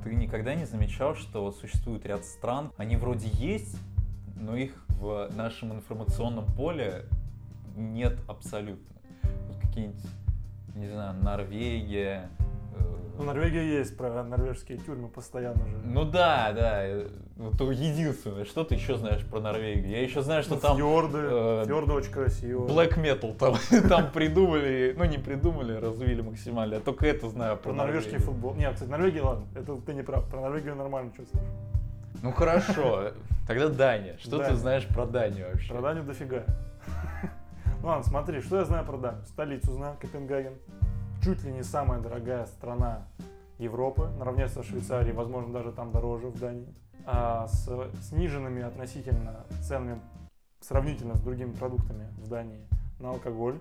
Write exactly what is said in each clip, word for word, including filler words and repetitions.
ты никогда не замечал, что существует ряд стран, они вроде есть, но их в нашем информационном поле нет абсолютно. Вот какие-нибудь, не знаю, Норвегия. Ну, Норвегия есть, про норвежские тюрьмы постоянно же. Ну да, да. Вот то единственное. Что ты еще знаешь про Норвегию? Я еще знаю, что ну, там... Фьорды. Э, фьорды очень красиво. Black metal там, там придумали, ну не придумали, развили максимально. Я только это знаю про, про норвежский футбол. Нет, кстати, Норвегия, ладно, это ты не прав. Про Норвегию нормально что слышу. Ну хорошо. Тогда Дания. Что Дания. ты знаешь про Данию вообще? Про Данию дофига. Ладно, смотри, что я знаю про Данию. Столицу знаю, Копенгаген. Чуть ли не самая дорогая страна Европы, наравне со Швейцарией, возможно, даже там дороже в Дании. А с сниженными относительно ценами, сравнительно с другими продуктами в Дании, на алкоголь.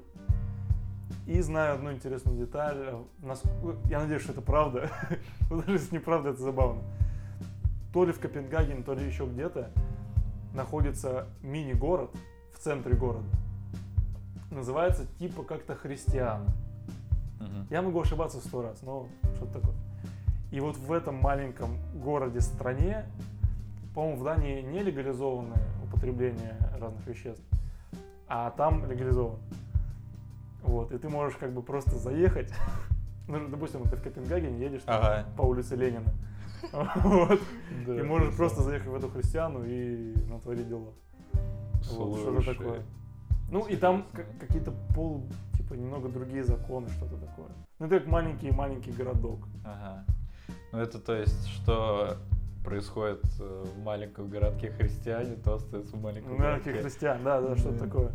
И знаю одну интересную деталь. Я надеюсь, что это правда. Но даже если неправда, это забавно. То ли в Копенгагене, то ли еще где-то находится мини-город в центре города. Называется типа как-то Христиана. Uh-huh. Я могу ошибаться в сто раз, но что-то такое. И вот в этом маленьком городе-стране, по-моему, в Дании не легализованное употребление разных веществ, а там легализовано. Вот, и ты можешь как бы просто заехать, ну, допустим, ты в Копенгагене едешь ага. по улице Ленина, вот, да, и можешь просто заехать в эту Христиану и натворить дела. Вот, что-то такое. Ну и там какие-то пол, типа, немного другие законы, что-то такое. Ну это как маленький-маленький городок. Ага. Ну это то есть, что происходит в маленьком городке христиане, то остается в маленьком городке. Маленьких христиан, да, да, что-то такое.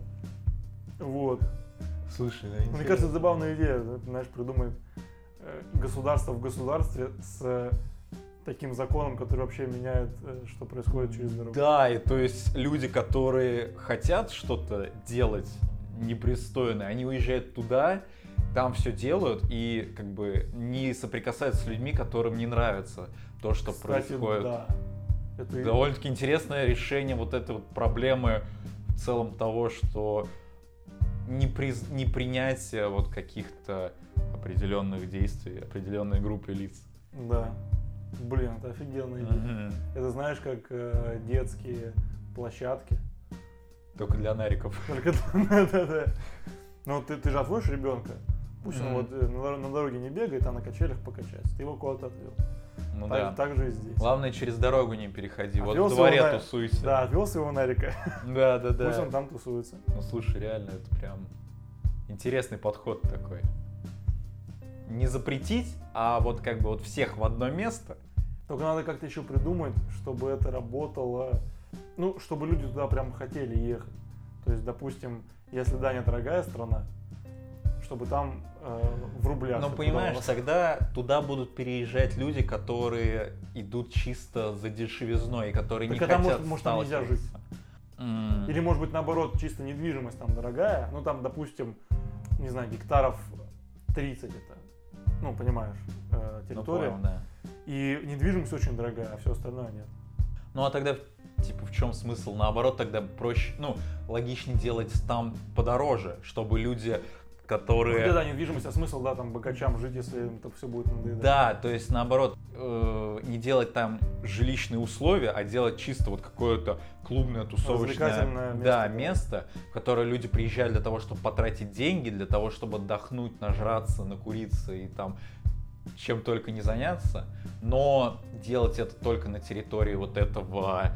Вот. Слушай, да, мне кажется, это забавная идея, знаешь, придумать государство в государстве с таким законом, который вообще меняет, что происходит через дорогу. Да, и то есть люди, которые хотят что-то делать непристойное, они уезжают туда, там все делают и как бы не соприкасаются с людьми, которым не нравится то, что Кстати, происходит. Да. Это... Довольно-таки интересное решение вот этой вот проблемы в целом того, что неприз... непринятие вот каких-то определенных действий, определенной группы лиц. Да. Блин, это офигенная идея. Mm-hmm. Это знаешь, как э, детские площадки. Только для нариков. Только да, да, да. Ну ты, ты же отводишь ребенка. Пусть mm-hmm. он вот на, на дороге не бегает, а на качелях покачается. Ты его куда-то отвел. Ну так, да. так же и здесь. Главное, через дорогу не переходи. Отвел вот в дворе на... тусуйся. Да, отвел своего нарика. Да, да, да. Пусть он там тусуется. Ну слушай, реально, это прям интересный подход такой. Не запретить, а вот как бы вот всех в одно место. Только надо как-то еще придумать, чтобы это работало, ну, чтобы люди туда прям хотели ехать. То есть, допустим, если Дания дорогая страна, чтобы там э, в рублях. Но понимаешь, туда... тогда туда будут переезжать люди, которые идут чисто за дешевизной, и которые так не хотят может, может, там нельзя жить. Mm. Или может быть наоборот, чисто недвижимость там дорогая, ну там, допустим, не знаю, гектаров тридцать это. Ну, понимаешь, э, территория. Ну, понял, да. И недвижимость очень дорогая, а все остальное нет. Ну, а тогда, типа, в чем смысл? Наоборот, тогда проще, ну, логичнее делать там подороже, чтобы люди, которые... Ну, да, недвижимость, а смысл, да, там, богачам жить, если им это все будет надоедать. Да, то есть, наоборот, э, не делать там жилищные условия, а делать чисто вот какое-то клубное, тусовочное место, да, место, в которое люди приезжали для того, чтобы потратить деньги, для того, чтобы отдохнуть, нажраться, накуриться и там чем только не заняться, но делать это только на территории вот этого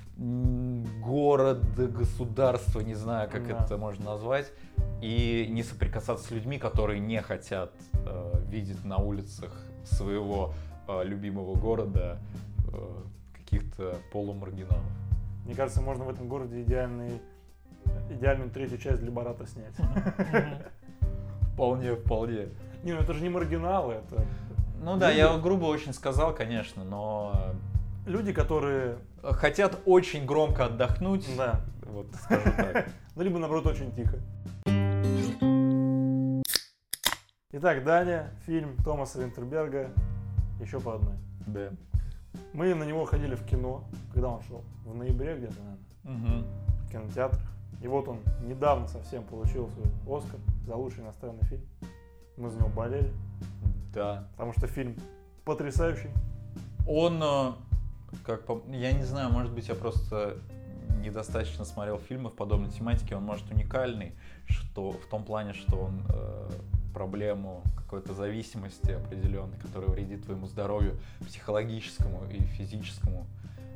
города, государства, не знаю, как да. это можно назвать, и не соприкасаться с людьми, которые не хотят э, видеть на улицах своего э, любимого города э, каких-то полумаргиналов. Мне кажется, можно в этом городе идеальный, идеальную третью часть для Барата снять. Вполне, вполне. Не, ну это же не маргиналы, это... Ну да, я грубо очень сказал, конечно, но... Люди, которые... Хотят очень громко отдохнуть. Да. Вот, скажу так. Ну, либо, наоборот, очень тихо. Итак, Дания, фильм Томаса Винтерберга, еще по одной. Да. Мы на него ходили в кино, когда он шел? В ноябре где-то, наверное. Угу. В кинотеатрах. И вот он недавно совсем получил свой Оскар за лучший иностранный фильм. Мы за него болели. Да. Потому что фильм потрясающий. Он, как по... я не знаю, может быть, я просто недостаточно смотрел фильмы в подобной тематике, он может уникальный, что в том плане, что он э, проблему какой-то зависимости определенной, которая вредит твоему здоровью психологическому и физическому.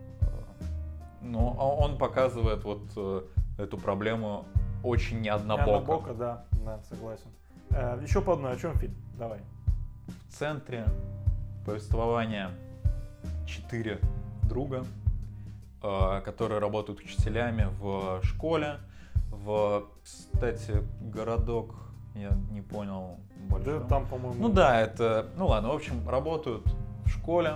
Но он показывает вот э, эту проблему очень неоднобоко. Неоднобоко, да, да, согласен. Э, еще по одной, о чем фильм? Давай. В центре повествования четыре друга, э, которые работают учителями в школе. В, кстати, городок, я не понял больше. Да, там, по-моему... Ну да, это... Ну ладно, в общем, работают в школе,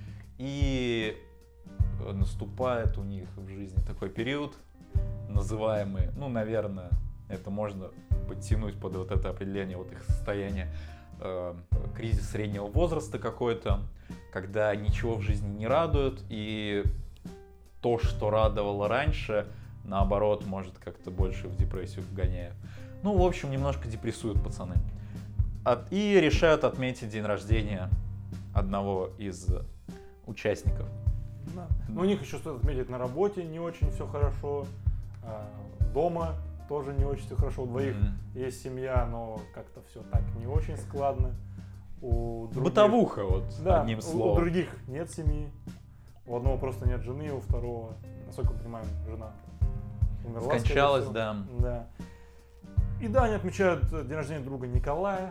и наступает у них в жизни такой период, называемый, ну, наверное, это можно подтянуть под вот это определение вот их состояния, э, кризис среднего возраста какой-то, когда ничего в жизни не радует, и то, что радовало раньше, наоборот, может как-то больше в депрессию вгоняет. Ну, в общем, немножко депрессуют пацаны. От, и решают отметить день рождения одного из участников. Да. Ну, у них еще стоит отметить, на работе не очень все хорошо, дома тоже не очень все хорошо. У двоих mm-hmm. есть семья, но как-то все так не очень складно. У других... Бытовуха, вот, да, одним у, словом. У других нет семьи, у одного просто нет жены, у второго, насколько мы понимаем, жена умерла. Скончалась, да. да. И да, они отмечают день рождения друга Николая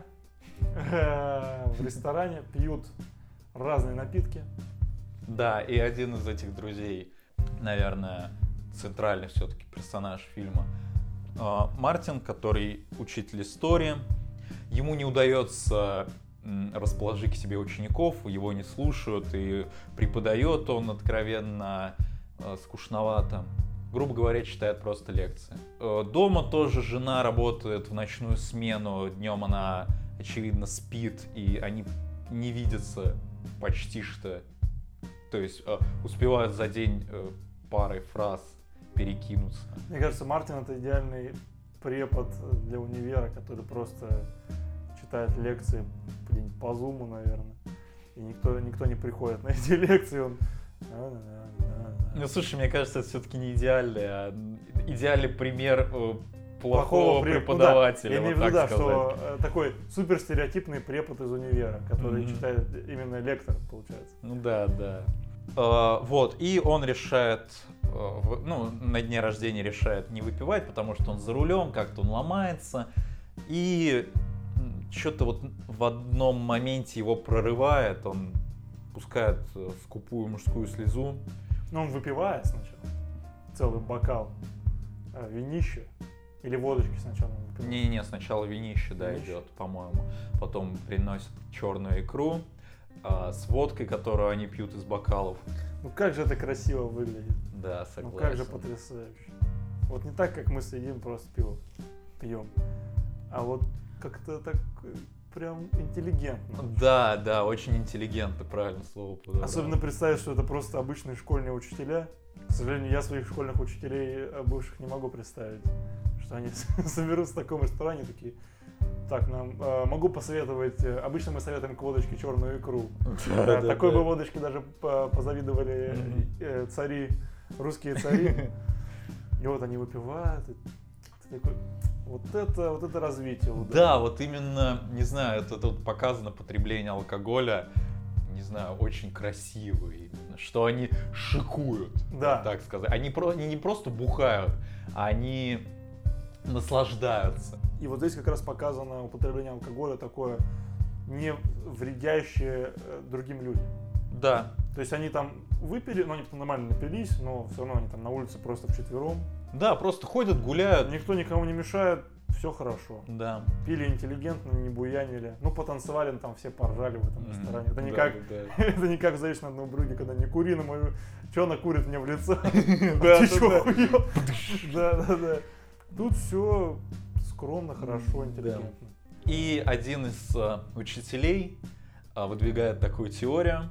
в ресторане, пьют разные напитки. Да, и один из этих друзей, наверное, центральный все-таки персонаж фильма, Мартин, который учитель истории. Ему не удается расположить к себе учеников, его не слушают, и преподает он откровенно скучновато. Грубо говоря, читает просто лекции. Дома тоже жена работает в ночную смену, днем она, очевидно, спит, и они не видятся почти что. То есть успевают за день парой фраз перекинуться. Мне кажется, Мартин — это идеальный препод для универа, который просто читает лекции по зуму, наверное. И никто, никто не приходит на эти лекции, он... Ну, слушай, мне кажется, это все-таки не идеальный, а идеальный пример плохого, плохого преподавателя. Ну, да. Я имею в виду, да, что такой суперстереотипный препод из универа, который mm-hmm. читает именно лектор, получается. Ну да, да. Uh, вот, и он решает, uh, ну, на дне рождения решает не выпивать, потому что он за рулем, как-то он ломается, и что-то вот в одном моменте его прорывает, он пускает скупую мужскую слезу. Ну, он выпивает сначала целый бокал а, винища или водочки сначала. Не-не, сначала винище, да, винище. Идет, по-моему, потом приносит черную икру а, с водкой, которую они пьют из бокалов. Ну как же это красиво выглядит. Да, согласен. Ну как же потрясающе. Вот не так, как мы сидим, просто пиво пьем, а вот как-то так прям интеллигентно. Да, да, очень интеллигентно, правильно слово подобрал. Особенно представить, что это просто обычные школьные учителя. К сожалению, я своих школьных учителей бывших не могу представить, что они соберутся в таком ресторане такие. Так, нам э, могу посоветовать, э, обычно мы советуем к водочке черную икру. Да, да, такой да. бы водочки даже позавидовали mm-hmm. э, цари, русские цари. И вот они выпивают. И такой, вот это, вот это развитие. Вот да, это. Вот именно, не знаю, это тут показано потребление алкоголя, не знаю, очень красиво именно, что они шикуют, да. так сказать. Они, про, они не просто бухают, а они наслаждаются. И вот здесь как раз показано употребление алкоголя такое не вредящее другим людям. Да. То есть они там выпили, ну они там нормально напились, но все равно они там на улице просто вчетвером. Да, просто ходят, гуляют. Никто никому не мешает, все хорошо. Да. Пили интеллигентно, не буянили. Ну, потанцевали, там все поржали в этом mm-hmm. ресторане. Это не, да, как, да. это не как «Заешь на одном брюге», когда не кури на мою... Че она курит мне в лицо? Да, ты че хуел? Да, да, да. Тут все скромно, хорошо, интеллигентно. И один из учителей выдвигает такую теорию,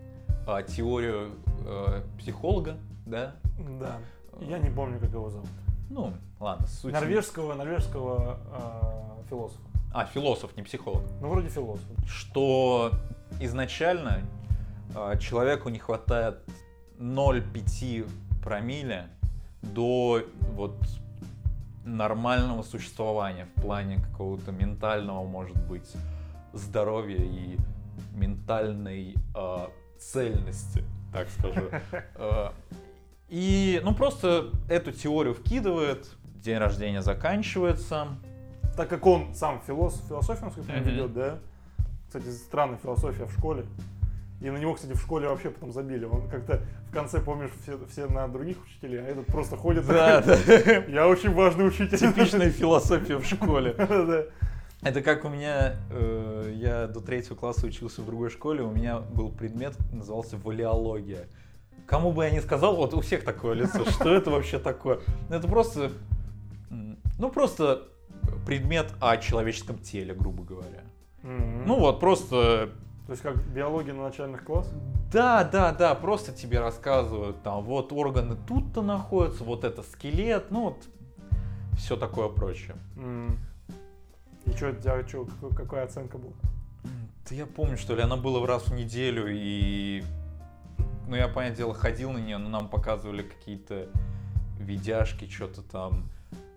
теорию психолога, да? Да. Я не помню, как его зовут. Ну, ладно. Суть... Норвежского, норвежского э, философа. А, философ, не психолог. Ну, вроде философ. Что изначально человеку не хватает ноль целых пять десятых промилле до вот нормального существования в плане какого-то ментального, может быть, здоровья и ментальной э, цельности, так скажу. Э, и, ну, просто эту теорию вкидывает, день рождения заканчивается. Так как он сам философ, философию, насколько я ведет, да? Кстати, странная философия в школе. И на него, кстати, в школе вообще потом забили. Он как-то в конце, помнишь, все, все на других учителей, а этот просто ходит. Да, да. Я очень важный учитель. Типичная философия в школе. Да. Это как у меня, э, я до третьего класса учился в другой школе, у меня был предмет, назывался валеология. Кому бы я ни сказал, вот у всех такое лицо, что это вообще такое? Это просто, ну просто предмет о человеческом теле, грубо говоря. Mm-hmm. Ну вот, просто... То есть как биология на начальных классах? Да, да, да, просто тебе рассказывают, там, вот органы тут-то находятся, вот это скелет, ну вот, все такое прочее. Mm. И что, у тебя что, какая оценка была? Да я помню, что ли, она была раз в неделю, и, ну, я, понятное дело, ходил на нее, но нам показывали какие-то видяшки, что-то там,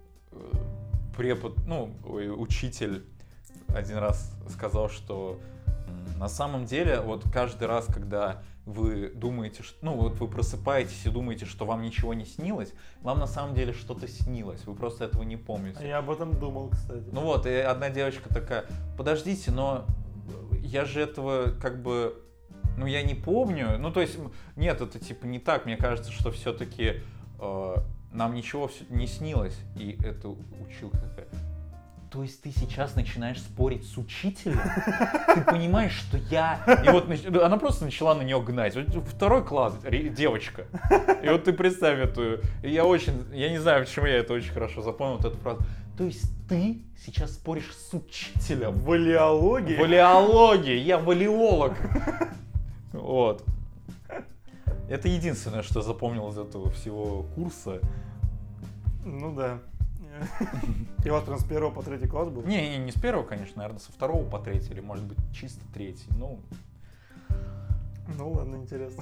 препод, ну, учитель один раз сказал, что на самом деле, вот каждый раз, когда вы думаете, что, ну вот вы просыпаетесь и думаете, что вам ничего не снилось, вам на самом деле что-то снилось, вы просто этого не помните. Я об этом думал, кстати. Ну вот, и одна девочка такая, подождите, но я же этого как бы, ну я не помню, ну то есть, нет, это типа не так, мне кажется, что все-таки э, нам ничего не снилось, и это училка такая. То есть ты сейчас начинаешь спорить с учителем? Ты понимаешь, что я... И вот она просто начала на нее гнать. Второй класс, девочка. И вот ты представь эту... Я очень... Я не знаю, почему я это очень хорошо запомнил, вот эту фразу. То есть ты сейчас споришь с учителем? В валеологии? В валеологии. Я валеолог. Вот. Это единственное, что запомнил из этого всего курса. Ну да. И у вас прям с первого по третий класс был? Не, не, не с первого, конечно, наверное, со второго по третий, или, может быть, чисто третий, ну... Ну, ладно, интересно.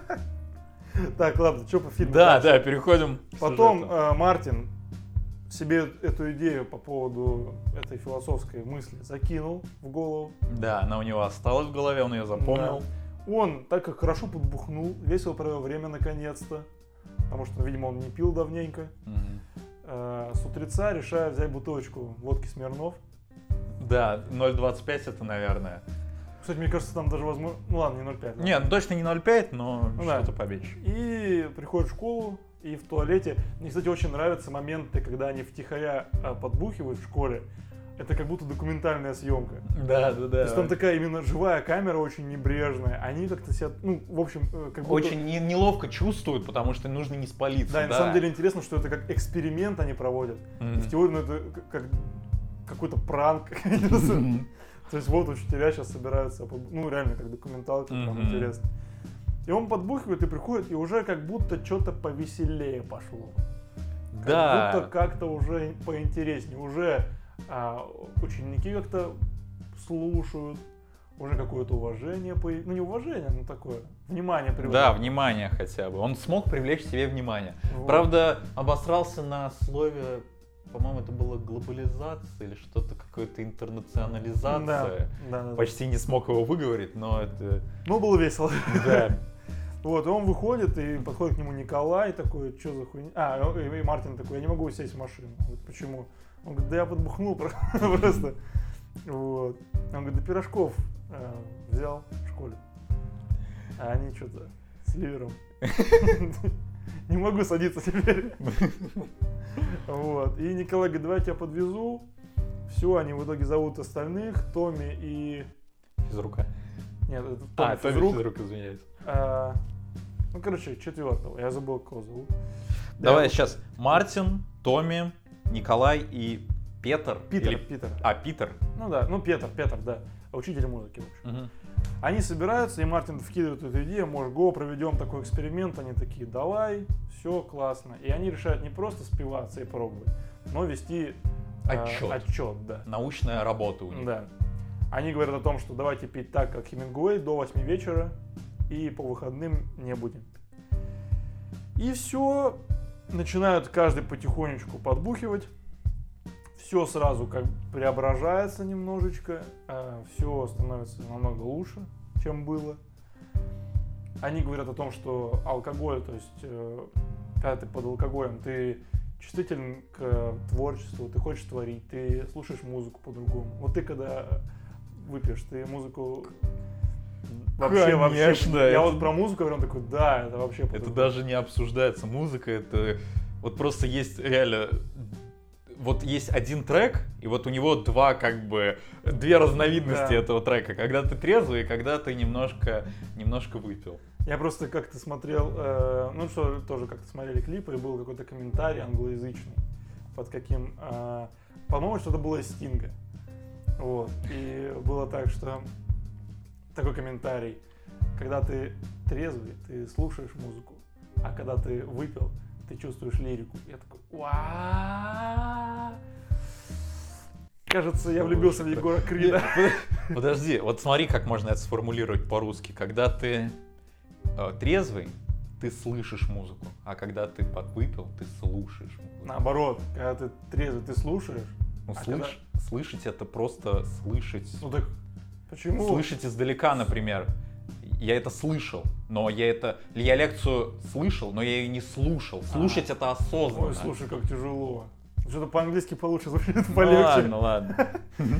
Так, ладно, что по фильму? Да, да, переходим к Потом э, Мартин себе эту идею по поводу этой философской мысли закинул в голову. Да, она у него осталась в голове, он ее запомнил. Да. Он, так как хорошо подбухнул, весело провел время наконец-то, потому что, видимо, он не пил давненько. Угу. С утреца решаю взять бутылочку водки Смирнов. Да, ноль двадцать пять это, наверное. Кстати, мне кажется, там даже возможно... Ну ладно, не ноль пять. Нет, ну точно не ноль пять, но ну, что-то да. Поменьше. И приходит в школу, и в туалете... Мне, кстати, очень нравятся моменты, когда они втихаря подбухивают в школе. Это как будто документальная съемка. Да, да, да. То есть там такая именно живая камера, очень небрежная. Они как-то себя, ну, в общем, как будто... Очень не, неловко чувствуют, потому что нужно не спалиться. Да, да, и на самом деле интересно, что это как эксперимент они проводят. Mm-hmm. И в теории, ну, это как какой-то пранк. Mm-hmm. То есть вот учителя сейчас собираются, ну, реально, как документалка, mm-hmm. прям интересно. И он подбухивает и приходит, и уже как будто что-то повеселее пошло. Да. Как будто как-то уже поинтереснее. Уже... А ученики как-то слушают, уже какое-то уважение, ну не уважение, но такое, внимание привлекает. Да, внимание хотя бы. Он смог привлечь себе внимание. Вот. Правда, обосрался на слове, по-моему, это была глобализация или что-то, какая-то интернационализация. Да, да, да, почти не смог его выговорить, но это... Ну, было весело. Да. Вот, и он выходит, и подходит к нему Николай, такой, что за хуйня? А, и Мартин такой, я не могу сесть в машину. Он говорит, почему? Он говорит, да я подбухнул просто. Вот. Он говорит, да пирожков э, взял в школе. А они что-то с ливером. Не могу садиться теперь. Вот. И Николай говорит, давай я тебя подвезу. Все, они в итоге зовут остальных, Томми и... Физрука. Нет, это Томми а, Физрук. Физрук, извиняюсь. А, ну, короче, четвертого. Я забыл, кого зовут. Давай я... сейчас. Мартин, Томми, Николай и Петр. Питер, Или... Питер. А, Питер. Ну да, ну Петр, Петр, да. Учитель музыки, в общем. Угу. Они собираются, и Мартин вкидывает эту идею, может, го, проведем такой эксперимент. Они такие, давай, все классно. И они решают не просто спиваться и пробовать, но вести отчет. Э, отчет, да. Научная работа у них. Да. Они говорят о том, что давайте пить так, как Хемингуэй, до восьми вечера. и по выходным не будем. И все, начинают каждый потихонечку подбухивать. Все сразу как преображается немножечко, все становится намного лучше, чем было. Они говорят о том, что алкоголь, то есть когда ты под алкоголем, ты чувствителен к творчеству, ты хочешь творить, ты слушаешь музыку по-другому. Вот ты когда выпьешь, ты музыку вообще, Конечно, вообще. Я это... вот про музыку говорю, он такой, да, это вообще по-другому. Это даже не обсуждается. Музыка, это вот просто есть реально... Вот есть один трек, и вот у него два, как бы, две разновидности, да, этого трека. Когда ты трезвый, и когда ты немножко, немножко выпил. Я просто как-то смотрел, э, ну что, тоже как-то смотрели клипы, и был какой-то комментарий англоязычный, под каким, э, по-моему, что-то было из Стинга. Вот, и было так, что такой комментарий, когда ты трезвый, ты слушаешь музыку, а когда ты выпил, ты чувствуешь лирику. Я такой, уа. Кажется, я влюбился в Егора Крида. Подожди, вот смотри, как можно это сформулировать по-русски. Когда ты э, трезвый, ты слышишь музыку, а когда ты подвыпил, ты слушаешь музыку. Наоборот, когда ты трезвый, ты слушаешь. Ну, а слышь, когда... слышать это просто слышать. Ну так почему? Слышать издалека, например. Я это слышал, но я это... Я лекцию слышал, но я ее не слушал. Слушать а, это осознанно. Ой, слушай, как тяжело. Что-то по-английски получше звучит, полегче. Ладно, ладно.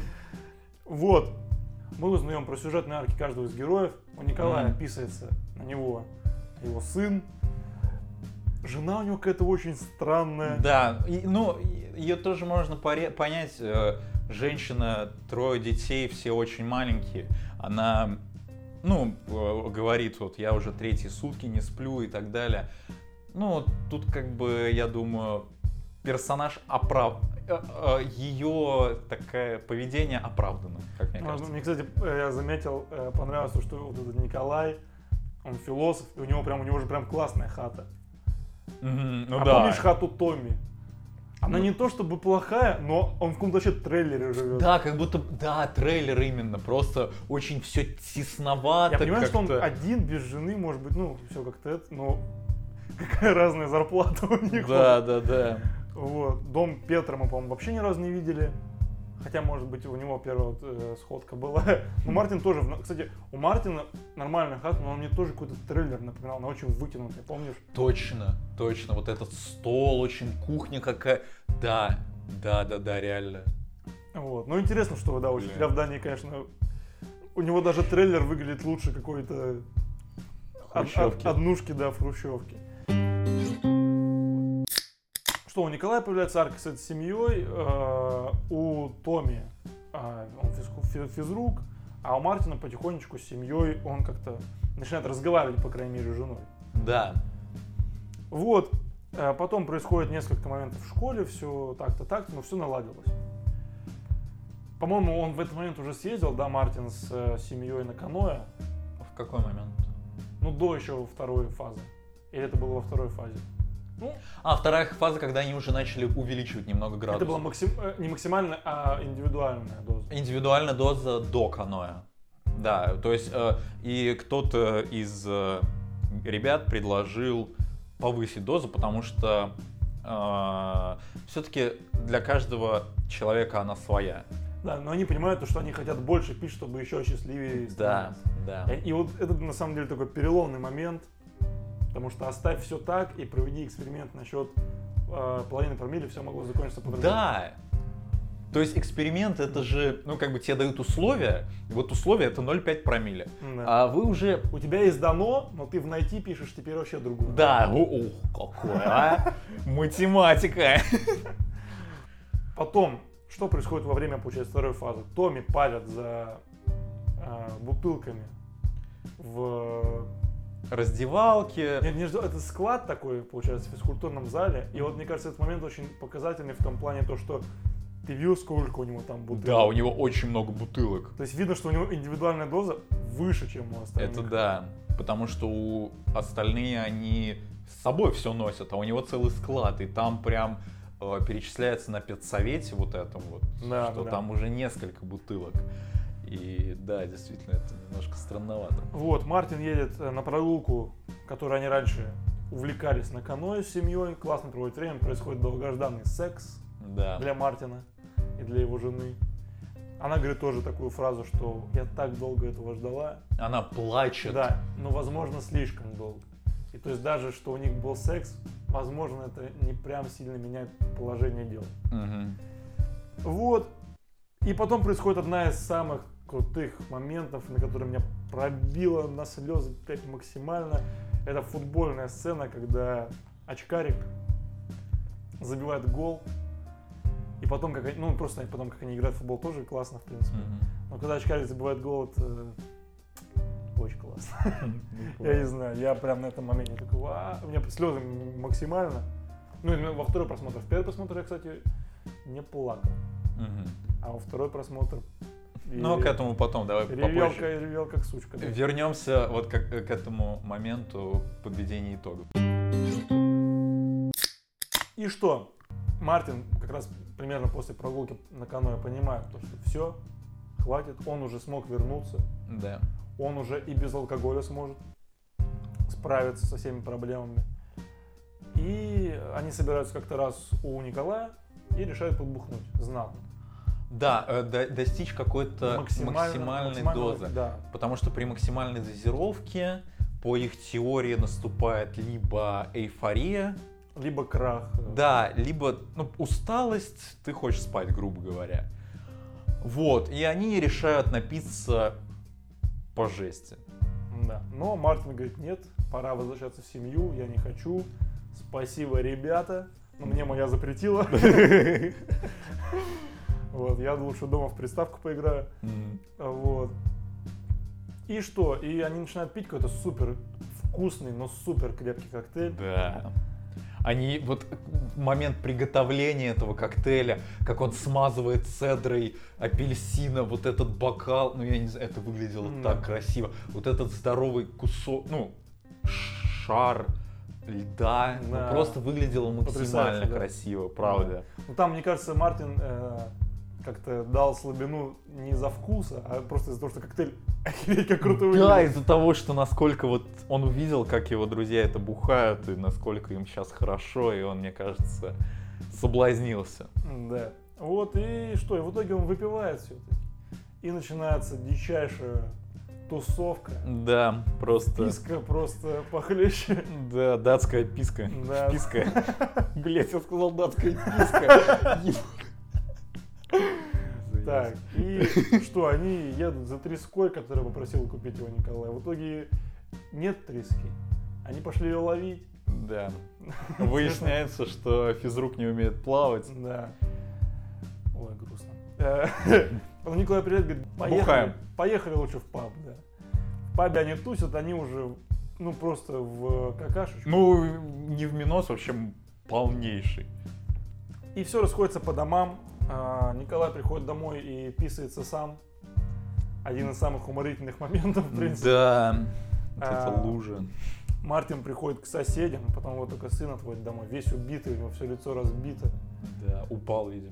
Вот. Мы узнаем про сюжетные арки каждого из героев. У Николая описывается на него его сын. Жена у него какая-то очень странная. Да, и, ну, ее тоже можно поре- понять. Женщина, трое детей, все очень маленькие. Она... Ну, говорит, вот я уже третьи сутки не сплю и так далее. Ну, тут как бы, я думаю, персонаж оправ... Ее такое поведение оправдано, как мне кажется. Мне, кстати, я заметил, понравилось, что вот этот Николай, он философ, и у него прям, у него же прям классная хата. Mm-hmm, ну а да. помнишь хату Томми? Она ну, не то чтобы плохая, но он в каком-то вообще трейлере живет. Да, как будто, да, трейлер именно, просто очень все тесновато. Я понимаю, как-то. что он один, без жены, может быть, ну, все как-то это, но какая разная зарплата у них. Да, да, да. Вот, дом Петра мы, по-моему, вообще ни разу не видели. Хотя, может быть, у него первая вот, э, сходка была. Ну, Мартин тоже, кстати, у Мартина нормальная хата, но он мне тоже какой-то трейлер напоминал, она очень вытянутая, помнишь? Точно, точно, вот этот стол, очень кухня какая. Да, да, да, да, реально. Вот, ну интересно, что, да, учителя в Дании, конечно, у него даже трейлер выглядит лучше какой-то од- од- однушки, да, в хрущевке. Что, у Николая появляется арка с этой семьей, э, у Томми э, он физ, физрук, а у Мартина потихонечку с семьей он как-то начинает разговаривать, по крайней мере, с женой. Да. Вот, э, потом происходит несколько моментов в школе, все так-то, так-то, но все наладилось. По-моему, он в этот момент уже съездил, да, Мартин с э, семьей на каноэ. В какой момент? Ну, до еще второй фазы. Или это было во второй фазе? Ну, а, вторая фаза, когда они уже начали увеличивать немного градусов. Это была максим... не максимальная, а индивидуальная доза. Индивидуальная доза до каноэ. Да, то есть э, и кто-то из э, ребят предложил повысить дозу, потому что э, все-таки для каждого человека она своя. Да, но они понимают, что они хотят больше пить, чтобы еще счастливее становиться. Да, да. И, и вот это на самом деле такой переломный момент. Потому что оставь все так и проведи эксперимент насчет э, половины промилле, все могло закончиться по-другому. Да. То есть эксперимент это же, ну как бы тебе дают условия, и вот условия это ноль целых пять десятых промилле. Да. А вы уже... У тебя есть дано, но ты в найти пишешь теперь вообще другую. Да, ух, какое, а? Математика. Потом, что происходит во время, получается, второй фазы? Томми палят за э, бутылками в... раздевалки. Нет, не жду, это склад такой, получается, в физкультурном зале. И вот, мне кажется, этот момент очень показательный в том плане, то, что ты видел, сколько у него там бутылок. Да, у него очень много бутылок. То есть видно, что у него индивидуальная доза выше, чем у остальных. Это да, потому что у остальные, они с собой все носят, а у него целый склад, и там прям э, перечисляется на педсовете вот этом вот, да, что да. там уже несколько бутылок. И да, действительно, это немножко странновато. Вот, Мартин едет на прогулку, которой они раньше увлекались на каноэ с семьей, классно проводит время, происходит долгожданный секс да. для Мартина и для его жены. Она говорит тоже такую фразу, что я так долго этого ждала. Она плачет. Да, но возможно слишком долго. И то есть даже, что у них был секс, возможно, это не прям сильно меняет положение дел. Угу. Вот. И потом происходит одна из самых крутых моментов, на которые меня пробило на слезы опять максимально. Это футбольная сцена, когда очкарик забивает гол. И потом, как они, ну просто потом, как они играют в футбол, тоже классно, в принципе. Mm-hmm. Но когда очкарик забивает гол, это очень классно. Я не знаю, я прям на этом моменте такой, у меня слезы максимально. Ну, во второй просмотр. В первый просмотр я, кстати, не плакал. А во второй просмотр... Ну, к этому потом, давай ревел, попозже. Ревел как сучка. Да. Вернемся вот к, к этому моменту подведения итогов. И что? Мартин как раз примерно после прогулки на каноэ понимает, то, что все, хватит, он уже смог вернуться. Да. Он уже и без алкоголя сможет справиться со всеми проблемами. И они собираются как-то раз у Николая и решают подбухнуть знатно. Да, э, до, достичь какой-то максимальной дозы. Да. Потому что при максимальной дозировке по их теории наступает либо эйфория, либо крах. Да, либо ну, усталость, ты хочешь спать, грубо говоря. Вот, и они решают напиться по жести. Да, но Мартин говорит, нет, пора возвращаться в семью, я не хочу. Спасибо, ребята, но мне моя запретила. Вот, я лучше дома в приставку поиграю. Вот. И что? И они начинают пить какой-то супер вкусный, но супер крепкий коктейль. Да. Они, вот момент приготовления этого коктейля, как он смазывает цедрой апельсина, вот этот бокал, ну я не знаю, это выглядело mm. так красиво. Вот этот здоровый кусок, ну, шар льда, да. ну, просто выглядело максимально да. красиво, правда. Да. Ну там, мне кажется, Мартин э, как-то дал слабину не из-за вкуса, а просто из-за того, что коктейль охереть как круто выглядит. Да, из-за того, что насколько вот он увидел, как его друзья это бухают, и насколько им сейчас хорошо, и он, мне кажется, соблазнился. Да. Вот и что, и в итоге он выпивает все-таки. И начинается дичайшая тусовка. Да, просто... Писка просто похлеще. Да, датская писка. Да. Писка. Блять, я сказал датская писка. Так, и что, они едут за треской, которую попросил купить его Николай. В итоге нет трески. Они пошли ее ловить. Да. Выясняется, что физрук не умеет плавать. Да. Ой, грустно. Потом Николай приедет, говорит, поехали, Бухаем. поехали лучше в паб. Да. В пабе они тусят, они уже, ну, просто в какашечку. Ну, не в минус, вообще полнейший. И все расходится по домам. Николай приходит домой и писается сам. Один из самых уморительных моментов, в принципе. Да, вот это лужа. Мартин приходит к соседям, потом его только сын отводит домой. Весь убитый, у него все лицо разбито. Да, упал, видимо.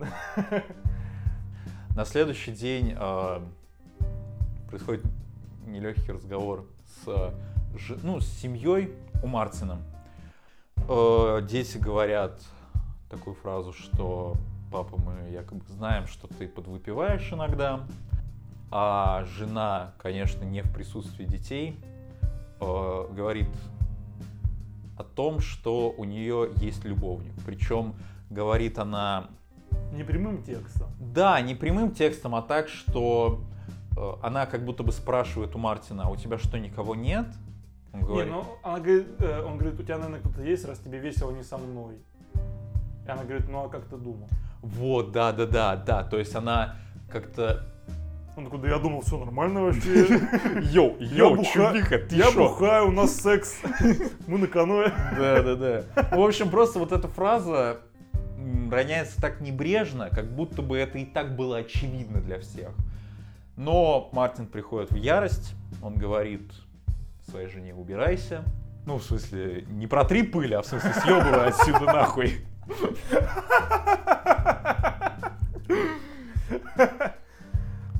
На следующий день э, происходит нелегкий разговор с, ну, с семьей у Мартина. Э, дети говорят такую фразу, что папа, мы якобы знаем, что ты подвыпиваешь иногда. А жена, конечно, не в присутствии детей, э, говорит о том, что у нее есть любовник. Причем говорит она... Не прямым текстом. Да, не прямым текстом, а так, что э, она как будто бы спрашивает у Мартина, а у тебя что, никого нет? Он говорит, не, ну, она говорит, э, он говорит, у тебя, наверное, кто-то есть, раз тебе весело не со мной. И она говорит, ну а как ты думал? Вот, да, да, да, да, то есть она как-то... Он такой, да я думал, все нормально вообще. Йоу, йоу, чувиха, ты Я бухаю, у нас секс, мы на каноэ. Да, да, да. В общем, просто вот эта фраза роняется так небрежно, как будто бы это и так было очевидно для всех. Но Мартин приходит в ярость, он говорит своей жене, убирайся. Ну, в смысле, не протри пыль, а в смысле съебывай отсюда нахуй. Да.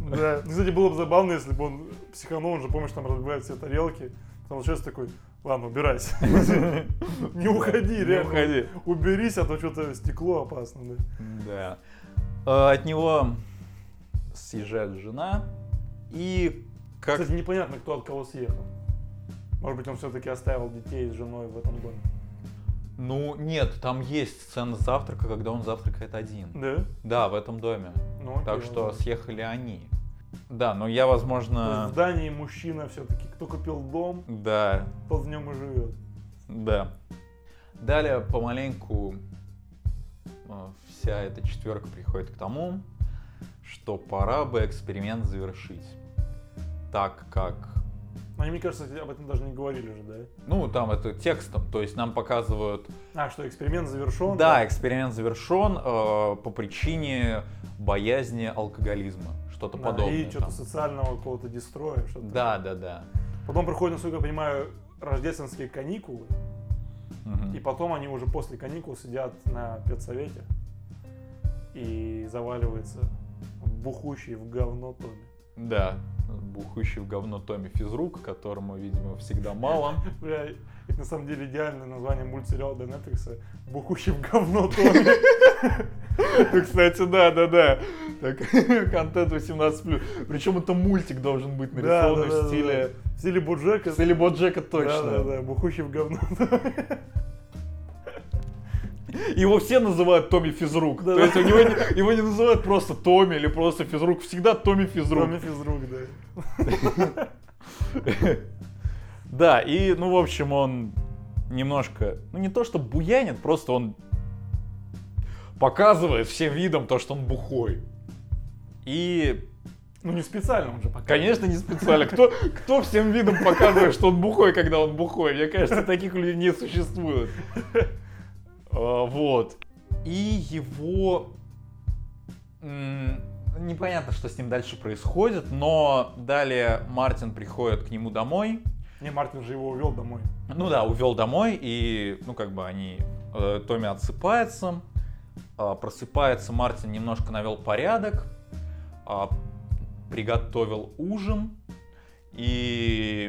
Кстати, было бы забавно, если бы он психанул, он же, помнишь, там разбивает все тарелки. Потом сейчас такой, ладно, убирайся. Не уходи, реально. уходи. Уберись, а то что-то стекло опасно. Да. Да. От него съезжает жена и как... Кстати, непонятно, кто от кого съехал. Может быть, он все-таки оставил детей с женой в этом доме. Ну, нет, там есть сцена завтрака, когда он завтракает один. Да? Да, в этом доме. Ну, окей, так что возможно. съехали они. Да, но я, возможно... В Дании мужчина все-таки, кто купил дом, да. тот в нем и живет. Да. Далее помаленьку вся эта четверка приходит к тому, что пора бы эксперимент завершить. Так как... Они, мне кажется, об этом даже не говорили же, да? Ну, там это текстом, то есть нам показывают... А, что эксперимент завершен? Да, да? эксперимент завершен э, по причине боязни алкоголизма, что-то да, подобное. И что-то социального какого-то дестроя. Что-то да, да, да. Потом приходят, насколько я понимаю, рождественские каникулы, угу. и потом они уже после каникул сидят на педсовете и заваливаются бухущий в говно Томми. Да, бухущий в говно Томми Физрук, которому, видимо, всегда мало. Бля, это на самом деле идеальное название мультсериала для Netflix. Бухущий в говно Томми. Ну, кстати, да, да, да. Контент восемнадцать плюс. Причем это мультик должен быть нарисованный в стиле... В стиле Боджека. В стиле Боджека точно. Да, да, да, бухущий в говно Томми. Его все называют Томми Физрук. Да, То да. есть у него не, его не называют просто Томми или просто Физрук. Всегда Томми Физрук. Томми Физрук, да. Да, и, ну, в общем, он немножко, ну, не то что буянит, просто он показывает всем видом то, что он бухой. И... Ну, не специально он же показывает. Конечно, не специально. Кто, кто всем видом показывает, что он бухой, когда он бухой? Мне кажется, таких людей не существует. Вот. И его... Непонятно, что с ним дальше происходит, но далее Мартин приходит к нему домой. Не, Мартин же его увел домой. Ну да, увел домой, и, ну, как бы они... Томми отсыпается, просыпается, Мартин немножко навел порядок, приготовил ужин и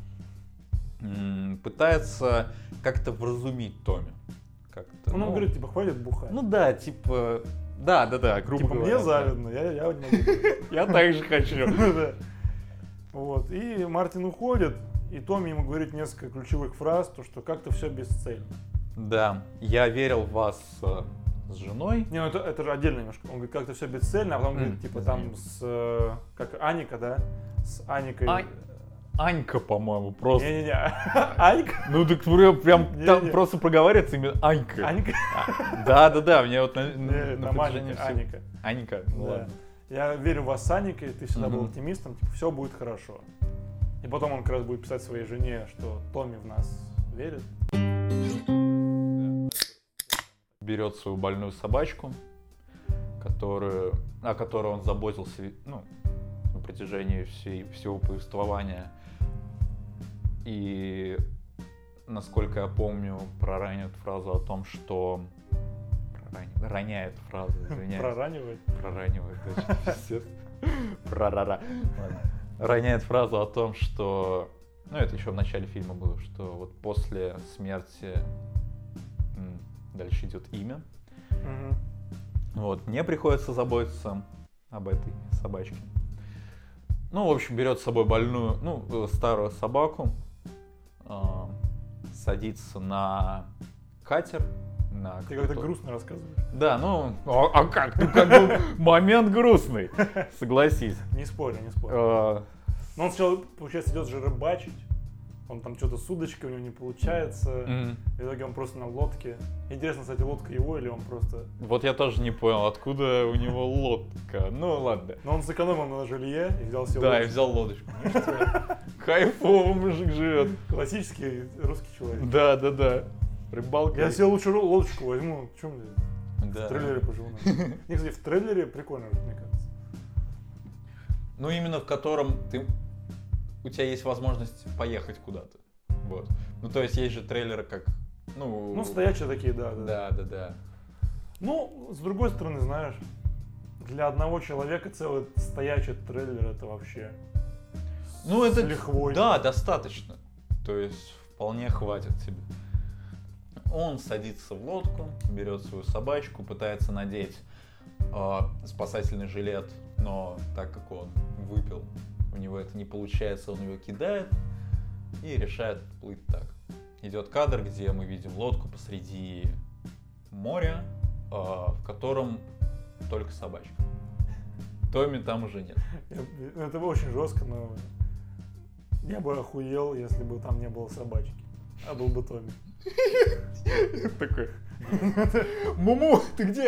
пытается как-то вразумить Томми. Как-то, он ну, говорит, типа, хватит бухать. Ну да, типа, да, да, да, грубо типа, говоря. Мне завидно, я, я не могу. Я так же хочу. Вот, и Мартин уходит, и Томми ему говорит несколько ключевых фраз, то, что как-то все бесцельно. Да, я верил в вас с женой. Не, ну это, это же отдельно немножко. Он говорит, как-то все бесцельно, а потом говорит, типа, там с, как Аника, да, с Аникой. Анька, по-моему, просто. Не-не-не, Анька? Ну, так прям, прям не, там не. Просто проговаривается именно Анька. Анька? Да-да-да, мне вот на, не, на протяжении всего... Аника. Аника, ну да. ладно. Я верю в вас с Аникой, ты всегда mm-hmm. был оптимистом, типа, все будет хорошо. И потом он как раз будет писать своей жене, что Томми в нас верит. Берет свою больную собачку, которую, о которой он заботился, ну, на протяжении всей, всего повествования. И, насколько я помню, проранивает фразу о том, что... Проранивает, роняет фразу, извиняюсь. Проранивает? Проранивает, точно, пиздец. Прорара. Роняет фразу о том, что... Ну, это еще в начале фильма было, что вот после смерти... Дальше идет имя. Угу. Вот, мне приходится заботиться об этой собачке. Ну, в общем, берет с собой больную, ну, старую собаку, э, садится на катер. На Ты как-то грустно рассказываешь. Да, ну, а, а как? Ну, как бы момент грустный, согласись. Не спорю, не спорю. Но он сначала, получается, идет же рыбачить. Он там что-то с удочкой у него не получается. Mm-hmm. В итоге он просто на лодке. Интересно, кстати, лодка его или он просто... Вот я тоже не понял, откуда у него лодка. Ну ладно. Но он сэкономил на жилье и взял себе да, лодочку. и взял лодочку. Кайфово мужик живет. Классический русский человек. Да, да, да. Рыбалка. Я себе лучше лодочку возьму. В чем мне? Да. В трейлере поживу. Не, кстати, в трейлере прикольно, мне кажется. Ну, именно в котором ты... у тебя есть возможность поехать куда-то. Вот. Ну, то есть есть же трейлеры как, ну... Ну, стоячие такие, да, да. Да, да, да. Ну, с другой стороны, знаешь, для одного человека целый стоячий трейлер это вообще ну, это, лихвой. Да, достаточно. То есть вполне хватит тебе. Он садится в лодку, берет свою собачку, пытается надеть э, спасательный жилет, но так как он выпил, у него это не получается, он его кидает и решает плыть так. Идет кадр, где мы видим лодку посреди моря, э, в котором только собачка. Томми там уже нет. Это очень жестко, но я бы охуел, если бы там не было собачки, а был бы Томми. Такой, Муму, ты где?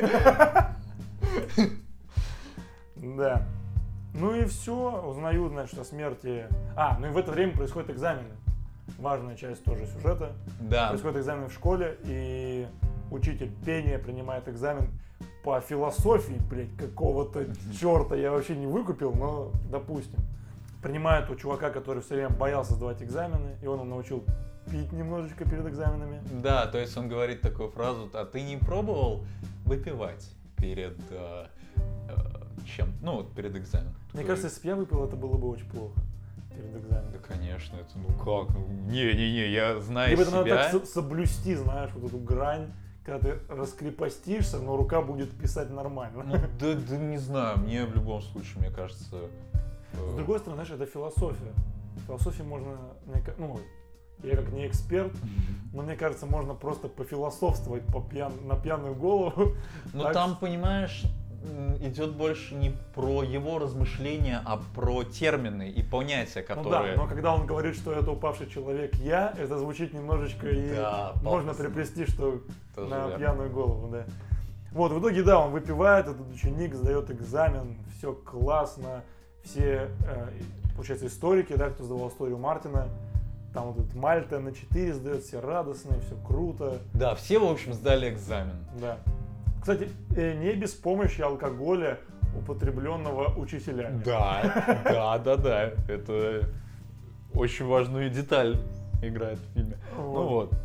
Да. Ну и все, узнаю, значит, о смерти. А, ну и в это время происходят экзамены. Важная часть тоже сюжета. Да. Происходят экзамены в школе, и учитель пения принимает экзамен по философии, блядь, какого-то черта я вообще не выкупил, но допустим. Принимает у чувака, который все время боялся сдавать экзамены, и он его научил пить немножечко перед экзаменами. Да, то есть он говорит такую фразу: а ты не пробовал выпивать перед э, э, чем? Ну, вот перед экзаменом. Мне Такой... кажется, если бы я выпил, это было бы очень плохо перед экзаменом. Да, конечно, это ну как? Не-не-не, я знаю Либо себя. это надо так соблюсти, знаешь, вот эту грань, когда ты раскрепостишься, но рука будет писать нормально. Ну, да, да не знаю, мне в любом случае, мне кажется... Э... С другой стороны, знаешь, это философия. Философии можно, ну, я как не эксперт, но мне кажется, можно просто пофилософствовать по пьян... на пьяную голову. Ну там, понимаешь, идет больше не про его размышления, а про термины и понятия, которые... Ну да, но когда он говорит, что это упавший человек я, это звучит немножечко и да, можно приплести, что тоже на верно. Пьяную голову, да. Вот, в итоге, да, он выпивает, этот ученик сдает экзамен, все классно, все, э, получается, историки, да, кто сдавал историю Мартина, там вот этот Мальта на четыре сдает, все радостные, все круто. Да, все, в общем, сдали экзамен. Да. Кстати, не без помощи алкоголя, употребленного учителями. Да, да, да, да. Это очень важную деталь играет в фильме. Вот. Ну вот.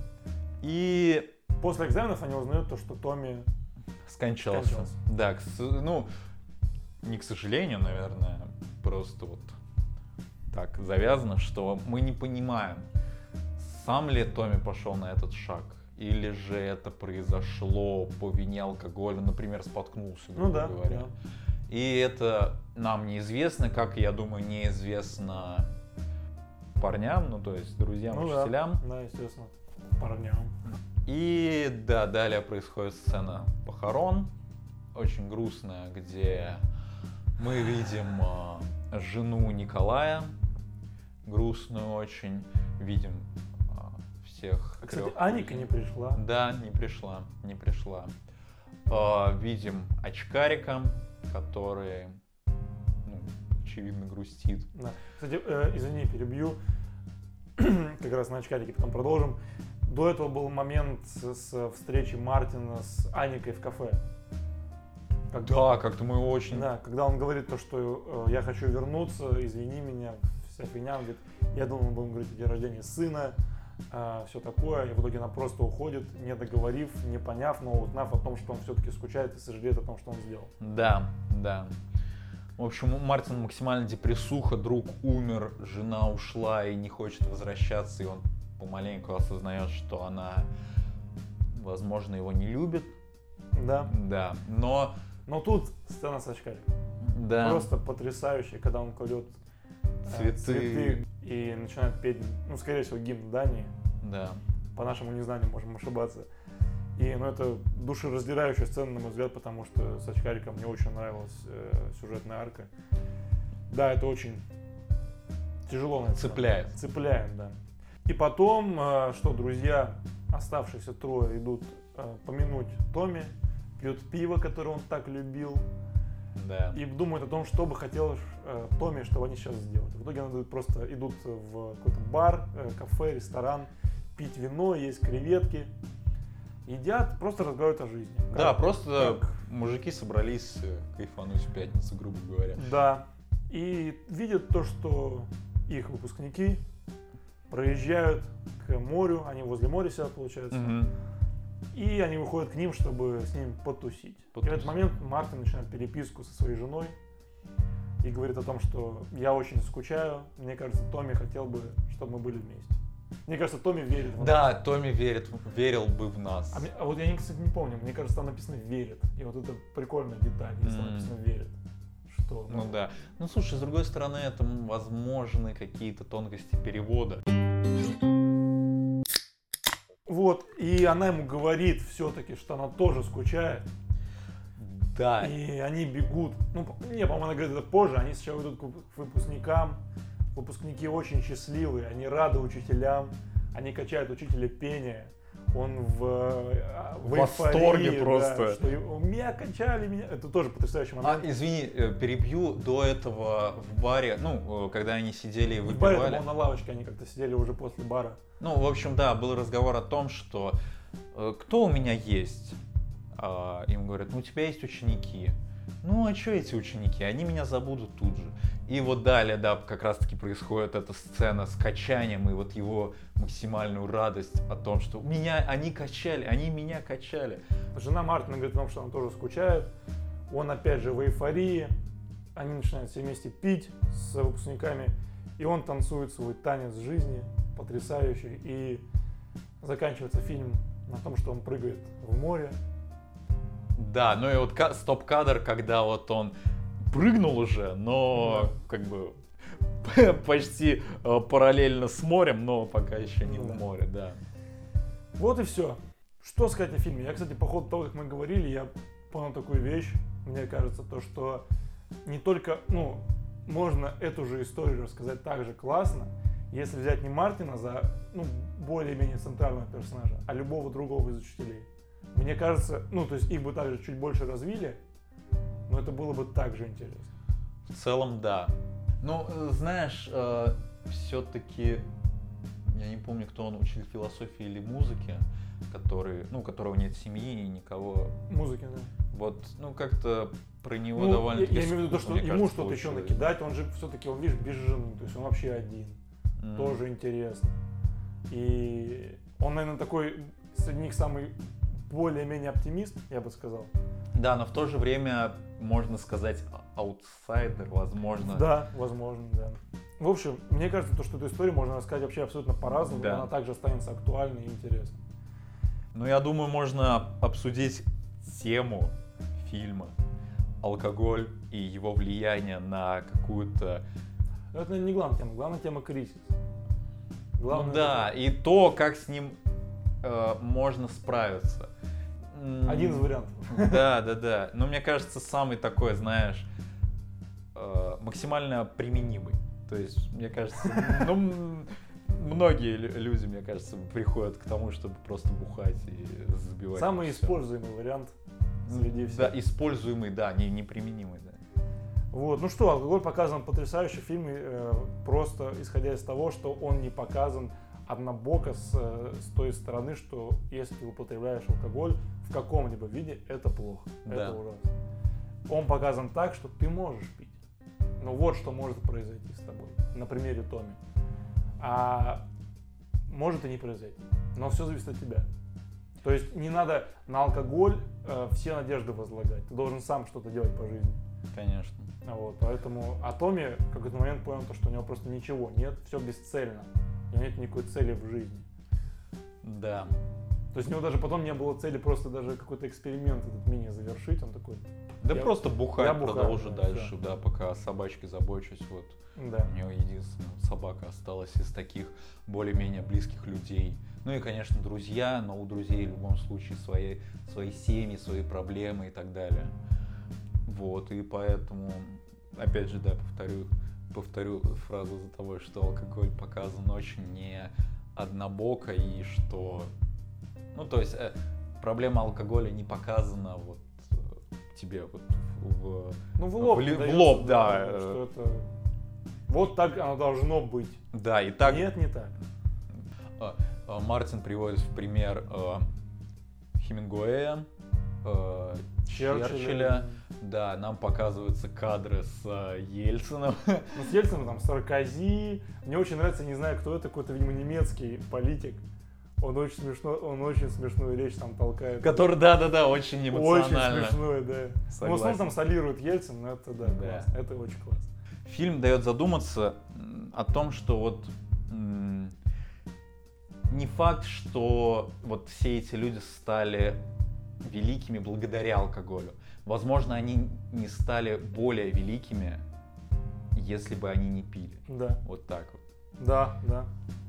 И после экзаменов они узнают то, что Томми скончался. скончался. Да, к, ну, не к сожалению, наверное, просто вот так завязано, что мы не понимаем, сам ли Томми пошел на этот шаг. Или же это произошло по вине алкоголя, например, споткнулся, грубо ну, да, говоря. Да. И это нам неизвестно, как, я думаю, неизвестно парням, ну то есть друзьям, ну, учителям. Да, да, естественно, парням. И да, далее происходит сцена похорон, очень грустная, где мы видим э, жену Николая, грустную очень, видим всех. Кстати, Аника не пришла. Да, не пришла, не пришла. Э, видим очкарика, который, ну, очевидно, грустит. Да. Кстати, э, извини, перебью. Как раз на очкарике потом продолжим. До этого был момент с, с встречи Мартина с Аникой в кафе. Как, да, как-то мы очень... Да, когда он говорит то, что э, я хочу вернуться, извини меня, вся фигня. Он говорит, я думал, мы будем говорить о дне рождения сына. Uh, все такое, и в итоге она просто уходит, не договорив, не поняв, но узнав о том, что он все-таки скучает и сожалеет о том, что он сделал. Да, да. В общем, у Мартина максимально депрессуха, друг умер, жена ушла и не хочет возвращаться, и он помаленьку осознает, что она, возможно, его не любит. Да. Да, но... Но тут сцена с очкариком. Да. Просто потрясающая, когда он кладет Цветы. цветы и начинает петь, ну, скорее всего, гимн Дании. Да. По нашему незнанию можем ошибаться. И, ну, это душераздирающая сцена, на мой взгляд, потому что с очкариком мне очень нравилась э, сюжетная арка. Да, это очень тяжело. Наверное, цепляет. Цепляет, да. И потом, э, что друзья, оставшиеся трое, идут э, помянуть Томми, пьют пиво, которое он так любил. Да. И думают о том, что бы хотел э, Томми, что они сейчас сделают. В итоге они просто идут в какой-то бар, э, кафе, ресторан, пить вино, есть креветки, едят, просто разговаривают о жизни. Да, как, просто как... мужики собрались кайфануть в пятницу, грубо говоря. Да. И видят то, что их выпускники проезжают к морю, они возле моря сидят, получается. Угу. И они выходят к ним, чтобы с ним потусить. потусить. И в этот момент Мартин начинает переписку со своей женой и говорит о том, что я очень скучаю, мне кажется, Томми хотел бы, чтобы мы были вместе. Мне кажется, Томми верит в нас. Да, Томми верит, верил бы в нас. А, мне, а вот я, кстати, не помню, мне кажется, там написано «верит». И вот это прикольная деталь, если mm. там написано «верит». Что, ну, ну да. Ну слушай, с другой стороны, это возможны какие-то тонкости перевода. Вот, и она ему говорит все-таки, что она тоже скучает. Да. И они бегут. Ну, не, по-моему, она говорит это позже. Они сейчас идут к выпускникам. Выпускники очень счастливые, они рады учителям. Они качают учителя пения. Он в, в восторге эйфории, просто. Да, что меня качали, меня. Это тоже потрясающий момент. А, извини, перебью, до этого в баре, ну, когда они сидели и выпивали. В баре, там, на лавочке они как-то сидели уже после бара. Ну, в общем, да, был разговор о том, что э, кто у меня есть? А, им говорят, ну, у тебя есть ученики. Ну, а что эти ученики? Они меня забудут тут же. И вот далее, да, как раз-таки происходит эта сцена с качанием и вот его максимальную радость о том, что меня, они качали, они меня качали. Жена Мартина говорит о том, что она тоже скучает. Он опять же в эйфории. Они начинают все вместе пить с выпускниками. И он танцует свой танец жизни, потрясающий. И заканчивается фильм на том, что он прыгает в море. Да, ну и вот стоп-кадр, когда вот он прыгнул уже, но да. как бы почти параллельно с морем, но пока еще не да. в море, да. Вот и все. Что сказать о фильме? Я, кстати, по ходу того, как мы говорили, я понял такую вещь. Мне кажется, то, что не только, ну, можно эту же историю рассказать так же классно, если взять не Мартина за, ну, более-менее центрального персонажа, а любого другого из учителей. Мне кажется, ну, то есть их бы также чуть больше развили, но это было бы так же интересно. В целом, да. Ну, знаешь, э, все-таки, я не помню, кто он, учитель философии или музыки, который, ну, у которого нет семьи и никого. Музыки, да. Вот, ну, как-то про него ну, довольно-таки я, я имею в виду то, что ему кажется, что-то еще накидать, он же все-таки, он, видишь, без жены, то есть он вообще один. Mm. Тоже интересно. И он, наверное, такой среди них самый более-менее оптимист, я бы сказал. Да, но в то же время, можно сказать, аутсайдер, возможно. Да, возможно, да. В общем, мне кажется, то, что эту историю можно рассказать вообще абсолютно по-разному, да. Она также останется актуальной и интересной. Ну, я думаю, можно обсудить тему фильма, алкоголь и его влияние на какую-то... Это, наверное, не главная тема, главная тема кризис. Главное, ну да, это... и то, как с ним э, можно справиться. Один из вариантов. Да, да, да. Но мне кажется, самый такой, знаешь, э, максимально применимый. То есть, мне кажется, ну, многие люди, мне кажется, приходят к тому, чтобы просто бухать и забивать. Самый используемый вариант среди всех. Да, используемый, да, не неприменимый, да. Вот, ну что, алкоголь показан потрясающе в фильме, э, просто исходя из того, что он не показан однобоко с, с той стороны, что если ты употребляешь алкоголь в каком-либо виде, это плохо, да. Это ужасно. Он показан так, что ты можешь пить. Но вот что может произойти с тобой, на примере Томми. А может и не произойти, но все зависит от тебя. То есть не надо на алкоголь э, все надежды возлагать, ты должен сам что-то делать по жизни. Конечно. Вот, поэтому о Томми в какой-то момент понял, что у него просто ничего нет, все бесцельно. У него нет никакой цели в жизни. Да. То есть у него даже потом не было цели просто даже какой-то эксперимент этот мини завершить. Он такой... Да я, просто бухать продолжу да, дальше, да, пока о собачке забочусь. Вот. Да. У него единственная собака осталась из таких более-менее близких людей. Ну и, конечно, друзья, но у друзей в любом случае свои, свои семьи, свои проблемы и так далее. Вот, и поэтому, опять же, да, повторю, повторю фразу за того, что алкоголь показан очень не однобоко, и что, ну, то есть, э, проблема алкоголя не показана вот э, тебе вот в, ну, в лоб, в, в, в лоб, да. да что это, вот так оно должно быть. Да, и так. Нет, не так. Э, э, Мартин приводит в пример э, Хемингуэя, э, Черчилля. Черчилля. Да, нам показываются кадры с э, Ельцином. Ну, с Ельцином там Саркози. Мне очень нравится, не знаю, кто это, какой-то, видимо, немецкий политик. Он очень смешно, он очень смешную речь там толкает. Который, да-да-да, очень эмоционально. Очень смешной, да. Согласен. Ну, в основном там солирует Ельцин, но это, да, да. классно. Это очень классно. Фильм дает задуматься о том, что вот м- не факт, что вот все эти люди стали великими благодаря алкоголю. Возможно, они не стали более великими, если бы они не пили. Да. Вот так вот. Да, да.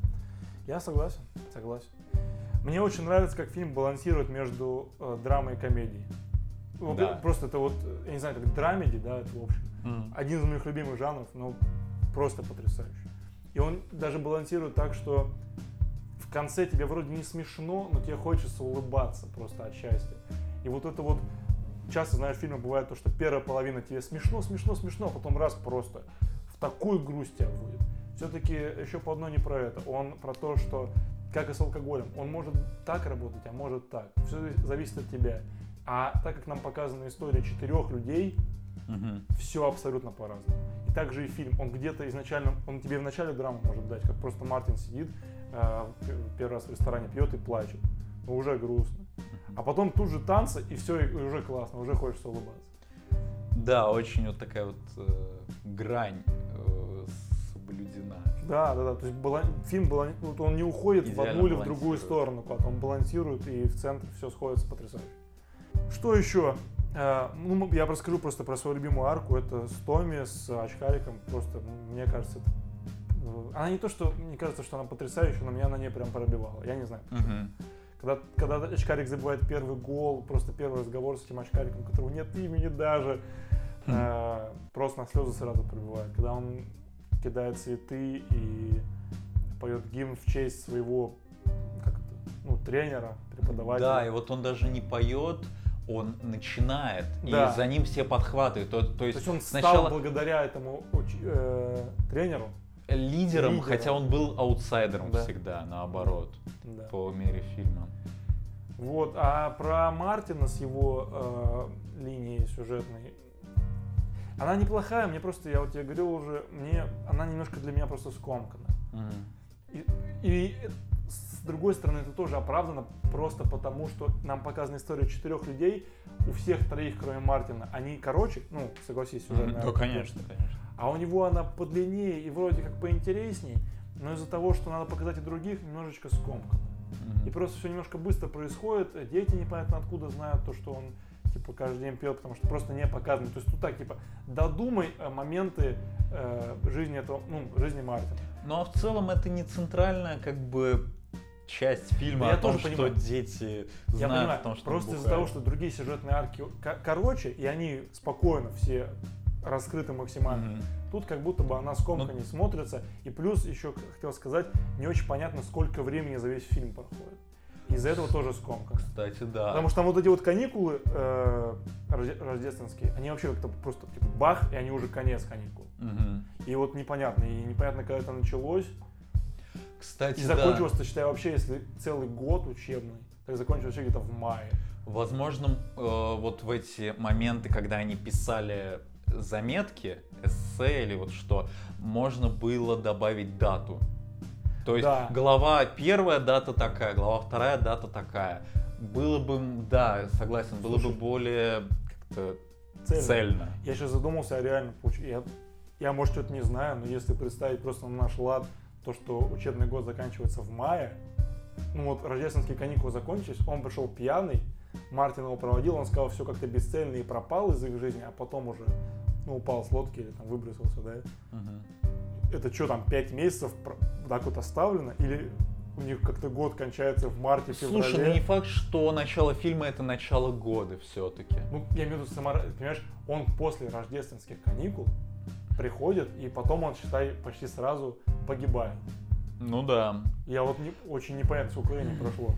Я согласен, согласен. Мне очень нравится, как фильм балансирует между э, драмой и комедией. Да. Просто это вот, я не знаю, как драмеди, да, это в общем. Mm. Один из моих любимых жанров, но просто потрясающий. И он даже балансирует так, что в конце тебе вроде не смешно, но тебе хочется улыбаться просто от счастья. И вот это вот, часто, знаешь, в фильмах бывает то, что первая половина тебе смешно, смешно, смешно, а потом раз просто в такую грусть тебя будет. Все-таки еще по одной не про это. Он про то, что, как и с алкоголем, он может так работать, а может так. Все зависит от тебя. А так как нам показана история четырех людей, Mm-hmm. все абсолютно по-разному. И также и фильм. Он где-то изначально, он тебе в начале драму может дать, как просто Мартин сидит, э, первый раз в ресторане пьет и плачет. Но уже грустно. А потом тут же танцы, и все, и уже классно, уже хочется улыбаться. Да, очень вот такая вот э, грань э, соблюдена. Да, да, да. То есть балан... фильм балан... вот он не уходит Идеально в одну или в другую сторону, он балансирует, и в центре все сходится потрясающе. Что еще? Uh, ну, я расскажу просто про свою любимую арку. Это с Томми, с очкариком. Просто, мне кажется, это... она не то, что мне кажется, что она потрясающая, но меня на ней прям пробивала. Я не знаю. Uh-huh. Когда, когда очкарик забивает первый гол, просто первый разговор с этим очкариком, у которого нет имени даже, uh-huh. uh, просто на слезы сразу пробивает. Когда он кидает цветы и поет гимн в честь своего как это, ну, тренера, преподавателя. Да, и вот он даже не поет, он начинает, да. и за ним все подхватывают. То, то, есть, то есть он сначала стал благодаря этому э, тренеру лидером, лидером, хотя он был аутсайдером да. всегда, наоборот, да. по мере фильма. Вот, а про Мартина с его э, линией сюжетной, она неплохая, мне просто, я вот тебе говорил уже, мне, она немножко для меня просто скомкана. Mm-hmm. И, и с другой стороны, это тоже оправдано просто потому, что нам показана история четырех людей, у всех троих, кроме Мартина, они короче, ну, согласись, сюжетная. Ну, конечно, конечно. А у него она подлиннее и вроде как поинтересней, но из-за того, что надо показать и других, немножечко скомкано. Mm-hmm. И просто все немножко быстро происходит, дети непонятно откуда знают то, что он типа каждый день пьет, потому что просто не показано. То есть тут так, типа, додумай моменты э, жизни этого, ну, жизни Мартина. Ну, а в целом это не центральная, как бы, часть фильма я о том, тоже что понимаю. дети знают я понимаю, о том, что просто из-за того, что другие сюжетные арки короче, и они спокойно все раскрыты максимально. Mm-hmm. Тут как будто бы она скомканней ну, смотрится. И плюс еще хотел сказать, не очень понятно, сколько времени за весь фильм проходит. Из-за этого тоже скомкано. Кстати, да. Потому что там вот эти вот каникулы э, рождественские, они вообще как-то просто типа бах, и они уже конец каникул. Mm-hmm. И вот непонятно, и непонятно, когда это началось. Кстати, и закончилось, да. Считай, вообще, если целый год учебный, так закончилось вообще где-то в мае. Возможно, э, вот в эти моменты, когда они писали заметки, эссе или вот что, можно было добавить дату. То есть да. глава первая дата такая, глава вторая дата такая. Было бы, да, согласен, было Слушай, бы более как-то цельно. цельно. Я сейчас задумался, а реально, я, я, может, что-то не знаю, но если представить просто на наш лад, то, что учебный год заканчивается в мае, ну вот рождественские каникулы закончились, он пришел пьяный, Мартин его проводил, он сказал, все как-то бесцельно и пропал из их жизни, а потом уже ну, упал с лодки или там выбросился, да? Угу. Это что там, пять месяцев так вот оставлено? Или у них как-то год кончается в марте, феврале? Слушай, ну не факт, что начало фильма это начало года все-таки. Ну, я имею в виду, сама, понимаешь, он после рождественских каникул приходит, и потом он, считай, почти сразу погибает. Ну да. Я вот не, очень непонятно, сколько времени прошло.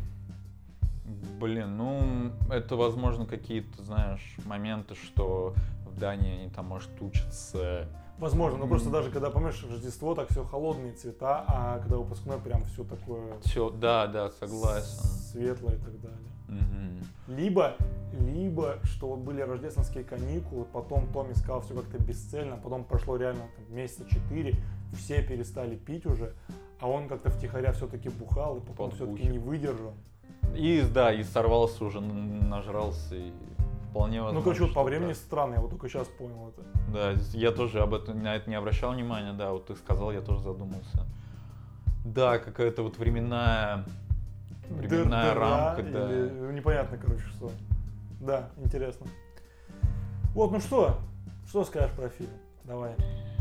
Блин, ну это, возможно, какие-то, знаешь, моменты, что в Дании они там, может, учатся. Возможно, но mm. просто даже когда, помнишь, Рождество, так все холодные цвета, а когда выпускной, прям все такое... Все, да, да, согласен. Светлое и так далее. Mm-hmm. Либо, либо, что были рождественские каникулы, потом Томми сказал все как-то бесцельно, потом прошло реально там, месяца четыре, все перестали пить уже, А он как-то втихаря все-таки бухал, и потом все-таки не выдержал. И, да, и сорвался уже, нажрался, и вполне возможно. Ну, короче, вот по времени странно, я вот только сейчас понял это. Да, я тоже об этом, на это не обращал внимания, да, вот ты сказал, я тоже задумался. Да, какая-то вот временная, временная Дыр, рамка, дыра, да. Или, непонятно, короче, что. Да, интересно. Вот, ну что, что скажешь про фильм? Давай.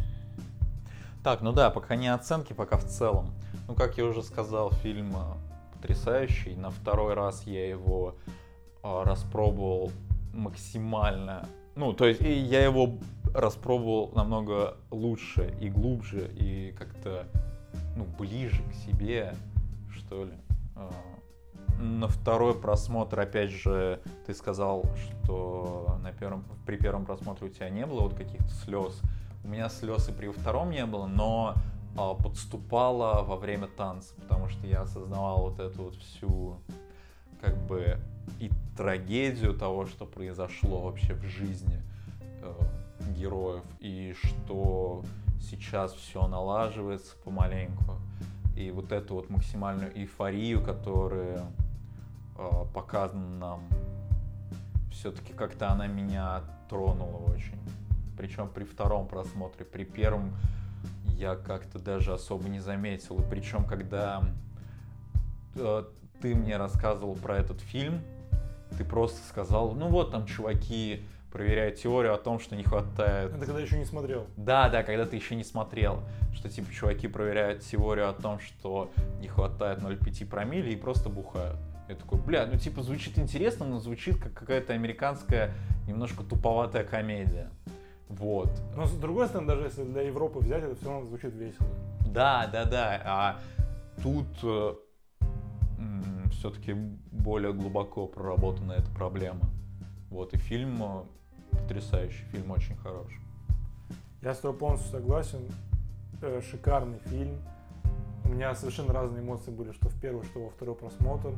Так, ну да, пока не оценки, пока в целом. Ну, как я уже сказал, фильм потрясающий. На второй раз я его э, распробовал максимально. Ну, то есть и я его распробовал намного лучше и глубже, и как-то, ну, ближе к себе, что ли. Э, на второй просмотр, опять же, ты сказал, что на первом, при первом просмотре у тебя не было вот каких-то слез. У меня слез и при втором не было, но а, подступало во время танца, потому что я осознавал вот эту вот всю, как бы, и трагедию того, что произошло вообще в жизни э, героев, и что сейчас все налаживается помаленьку, и вот эту вот максимальную эйфорию, которая э, показана нам, все-таки как-то она меня тронула очень. Причем при втором просмотре, при первом я как-то даже особо не заметил. И причем, когда э, ты мне рассказывал про этот фильм, ты просто сказал, ну вот там чуваки проверяют теорию о том, что не хватает... Это когда еще не смотрел. Да, да, когда ты еще не смотрел. Что типа чуваки проверяют теорию о том, что не хватает ноль целых пять промилле и просто бухают. Я такой, бля, ну типа звучит интересно, но звучит как какая-то американская, немножко туповатая комедия. Вот. Но с другой стороны, даже если для Европы взять, это все равно звучит весело. Да, да, да. А тут э, м- все-таки более глубоко проработана эта проблема. Вот, и фильм э, потрясающий, фильм очень хороший. Я с тобой полностью согласен. Э, шикарный фильм. У меня совершенно разные эмоции были, что в первый, что во второй просмотр.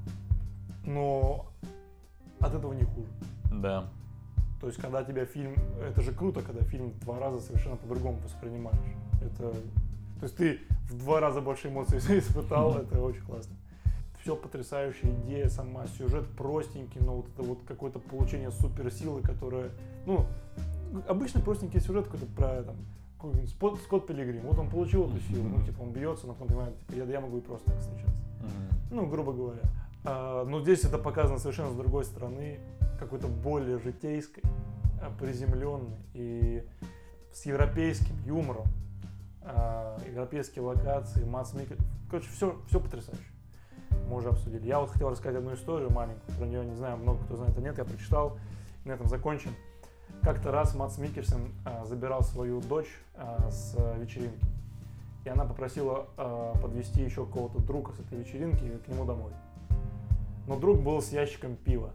Но от этого не хуже. Да. То есть, когда тебя фильм... Это же круто, когда фильм два раза совершенно по-другому воспринимаешь. Это... То есть, ты в два раза больше эмоций испытал, mm-hmm. это очень классно. Все потрясающая идея сама, сюжет простенький, но вот это вот какое-то получение суперсилы, которая... Ну, обычно простенький сюжет какой-то про, там, какой-нибудь Скотт Пилигрим. Вот он получил эту силу, mm-hmm. ну, типа, он бьется, но потом понимает, типа, я, я могу и просто так встречаться. Mm-hmm. Ну, грубо говоря. А, но здесь это показано совершенно с другой стороны, какой-то более житейской, приземленной и с европейским юмором, э, европейские локации, Мадс Миккельсен. Короче, все, все потрясающе. Мы уже обсудили. Я вот хотел рассказать одну историю маленькую, про нее не знаю, много кто знает, а нет, я прочитал, и на этом закончим. Как-то раз Мадс Миккельсен э, забирал свою дочь э, с вечеринки, и она попросила э, подвезти еще какого-то друга с этой вечеринки к нему домой. Но друг был с ящиком пива.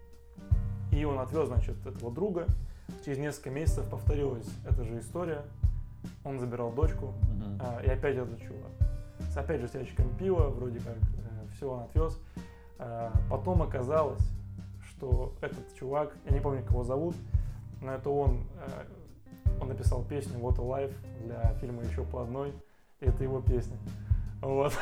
И он отвез, значит, этого друга. Через несколько месяцев повторилась эта же история. Он забирал дочку, mm-hmm. а, и опять этот чувак. С, опять же с ящиком пива, вроде как, э, все он отвез. А, потом оказалось, что этот чувак, я не помню, кого зовут, но это он, э, он написал песню What a Life для фильма «Еще по одной». И это его песня. Вот.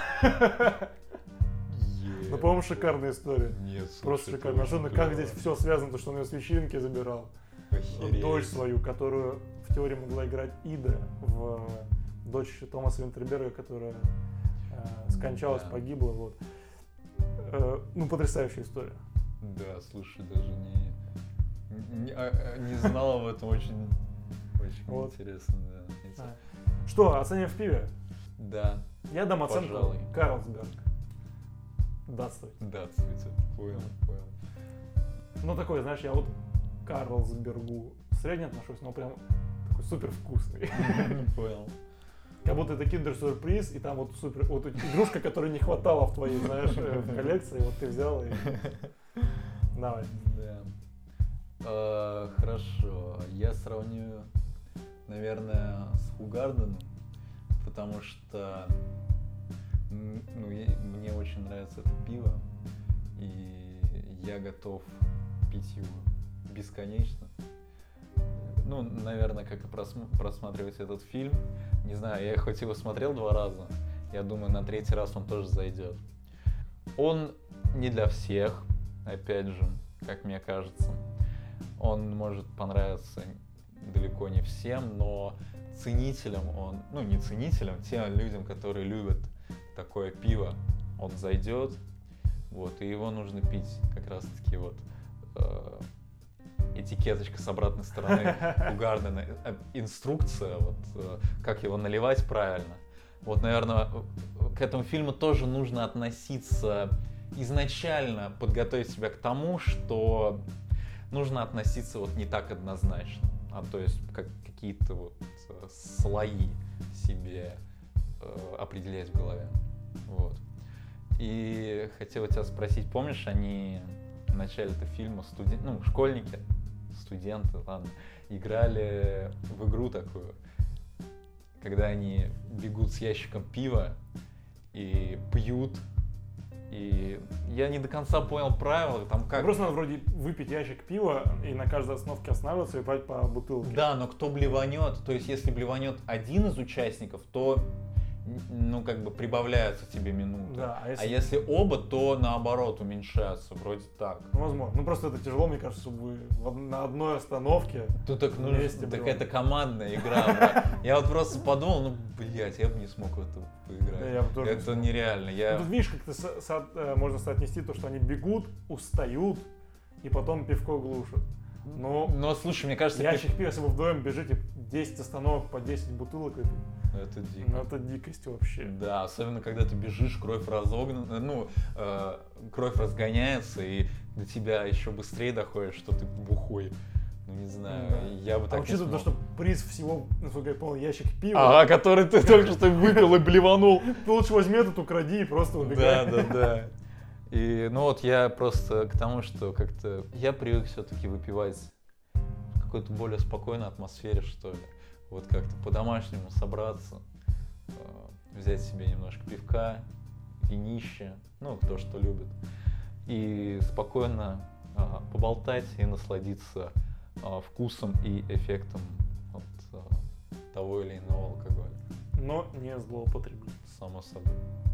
Ну, по-моему, шикарная история. Нет, просто шикарная. Особенно как здесь все связано, то, что он ее с вечеринки забирал. Охереть. Дочь свою, которую в теории могла играть Ида, в дочь Томаса Винтерберга, которая э, скончалась, да. погибла. Вот. Э, ну, потрясающая история. Да, слушай, даже не, не, а, не знал об этом, очень, очень вот. Интересно. Да. А. Что, оценим в пиве? Да. Я дам оценку Карлсберг. Датствует. Датствует, понял, понял. Ну, такой, знаешь, я вот к Карлсбергу средне отношусь, но прям такой супер вкусный. Понял. Как будто это киндер-сюрприз, и там вот супер, вот игрушка, которой не хватало в твоей, знаешь, в коллекции, вот ты взял и... Давай. Да. А, хорошо, я сравню, наверное, с Хугарденом, потому что ну, мне очень нравится это пиво, и я готов пить его бесконечно. Ну, наверное, как и просм- просматривать этот фильм. Не знаю, я хоть его смотрел два раза, Я думаю, на третий раз он тоже зайдет. Он не для всех, опять же, как мне кажется. Он может понравиться далеко не всем, но ценителям он, ну не ценителям, тем людям, которые любят такое пиво, он зайдет. Вот, и его нужно пить как раз-таки вот э, этикеточка с обратной стороны, угарная инструкция, вот, э, как его наливать правильно. Вот, наверное, к этому фильму тоже нужно относиться изначально, подготовить себя к тому, что нужно относиться вот не так однозначно, а то есть как какие-то вот слои себе э, определять в голове. Вот. И хотел тебя спросить, помнишь, они в начале этого фильма, студен... ну, школьники, студенты, ладно, играли в игру такую, когда они бегут с ящиком пива и пьют. И я не до конца понял правила, там как... Просто надо вроде выпить ящик пива и на каждой остановке останавливаться и брать по бутылке. Да, но кто блеванет, то есть если блеванет один из участников, то ну как бы прибавляются тебе минуты. Да, а, если... а если оба, то наоборот уменьшаются, вроде так. Ну, возможно. Ну просто это тяжело, мне кажется, чтобы вы на одной остановке. Ну так, ну, так это командная игра. Я вот просто подумал, ну блять, я бы не смог в это поиграть. Да, я бы тоже это нереально. Я... Ну, тут видишь, как-то со- со- можно соотнести то, что они бегут, устают и потом пивко глушат. Но, Но слушай, мне кажется, ящик пива, если вы вдвоем бежите десять остановок по десять бутылок, это, это дико. Ну, это дикость вообще. Да, особенно когда ты бежишь, кровь разогнана, ну, э, кровь разгоняется, и до тебя еще быстрее доходит, что ты бухой. Ну, не знаю, да. Я бы так а не смог. А учитывая то, что приз всего, насколько я понял, ящик пива. Ага, который ты только что выпил и блеванул. Ты лучше возьми этот, укради и просто убегай. Да, да, да. И, ну вот я просто к тому, что как-то я привык все-таки выпивать в какой-то более спокойной атмосфере, что ли. Вот как-то по-домашнему собраться, взять себе немножко пивка, винище, ну, кто что любит, и спокойно а, поболтать и насладиться а, вкусом и эффектом от а, того или иного алкоголя. Но не злоупотреблять. Само собой.